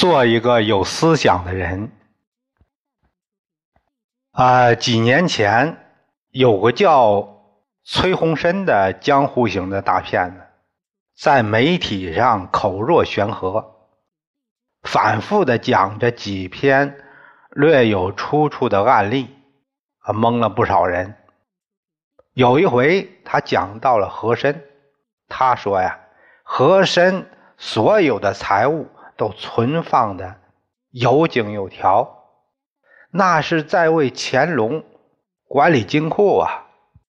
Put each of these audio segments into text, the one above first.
做一个有思想的人。几年前有个叫崔洪深的江湖型的大骗子，在媒体上口若悬河，反复地讲着几篇略有出处的案例，蒙了不少人。有一回他讲到了和珅，他说呀，和珅所有的财物都存放的有井有条，那是在为乾隆管理金库啊。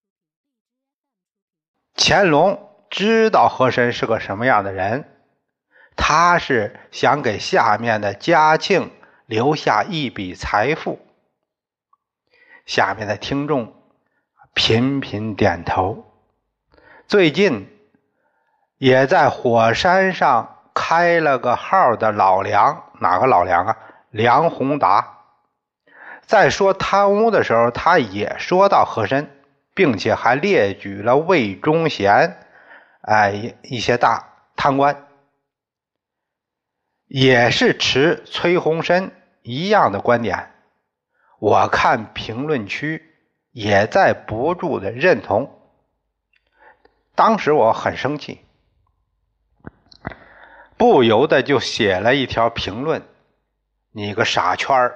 乾隆知道和珅是个什么样的人，他是想给下面的嘉庆留下一笔财富。下面的听众频频点头。最近也在火山上开了个号的老梁，哪个老梁啊？梁宏达，在说贪污的时候，他也说到和珅，并且还列举了魏忠贤一些大贪官，也是持崔洪深一样的观点。我看评论区也在不住的认同。当时我很生气，不由得就写了一条评论：你个傻圈儿。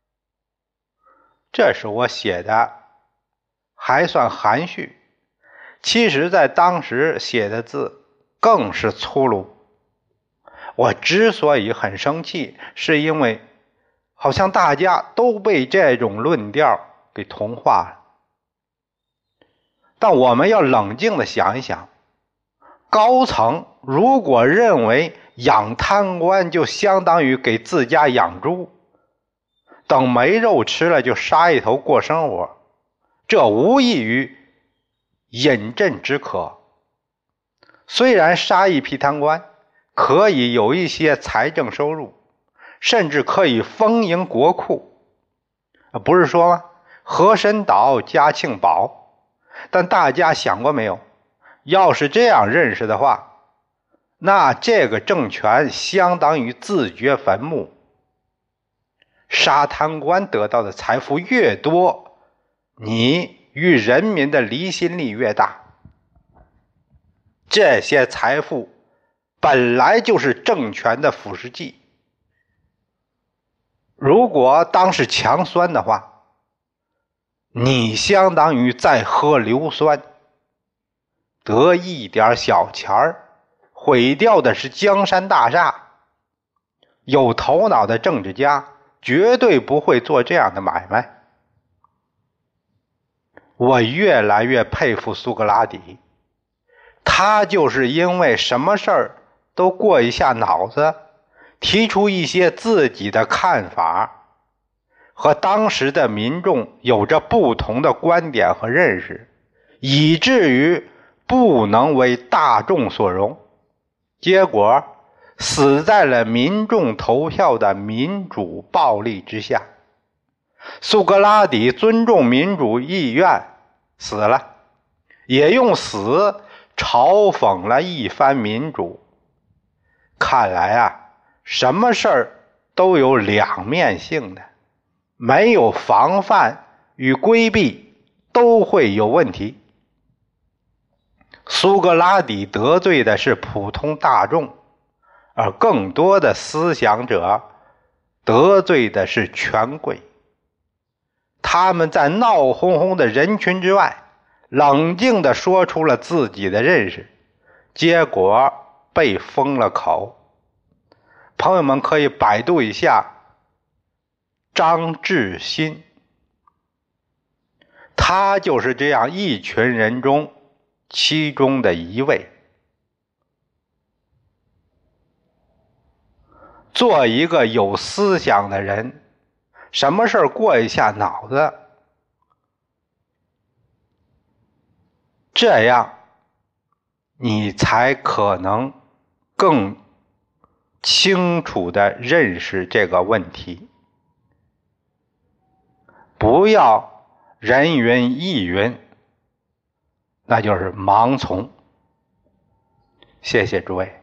这是我写的，还算含蓄，其实在当时写的字更是粗鲁。我之所以很生气，是因为好像大家都被这种论调给同化了。但我们要冷静地想一想，高层如果认为养贪官就相当于给自家养猪，等没肉吃了就杀一头过生活，这无异于饮鸩止渴。虽然杀一批贪官可以有一些财政收入，甚至可以丰盈国库，不是说吗？和珅倒，嘉庆保。但大家想过没有，要是这样认识的话，那这个政权相当于自掘坟墓。杀贪官得到的财富越多，你与人民的离心力越大。这些财富本来就是政权的腐蚀剂，如果当是强酸的话，你相当于在喝硫酸。得一点小钱儿，毁掉的是江山大厦。有头脑的政治家绝对不会做这样的买卖。我越来越佩服苏格拉底，他就是因为什么事儿都过一下脑子，提出一些自己的看法，和当时的民众有着不同的观点和认识，以至于不能为大众所容，结果死在了民众投票的民主暴力之下。苏格拉底尊重民主意愿，死了，也用死嘲讽了一番民主。看来啊，什么事儿都有两面性的，没有防范与规避都会有问题。苏格拉底得罪的是普通大众，而更多的思想者得罪的是权贵。他们在闹哄哄的人群之外，冷静地说出了自己的认识，结果被封了口。朋友们可以百度一下张志新，他就是这样一群人中其中的一位。做一个有思想的人，什么事过一下脑子，这样你才可能更清楚地认识这个问题。不要人云亦云，那就是盲从。谢谢诸位。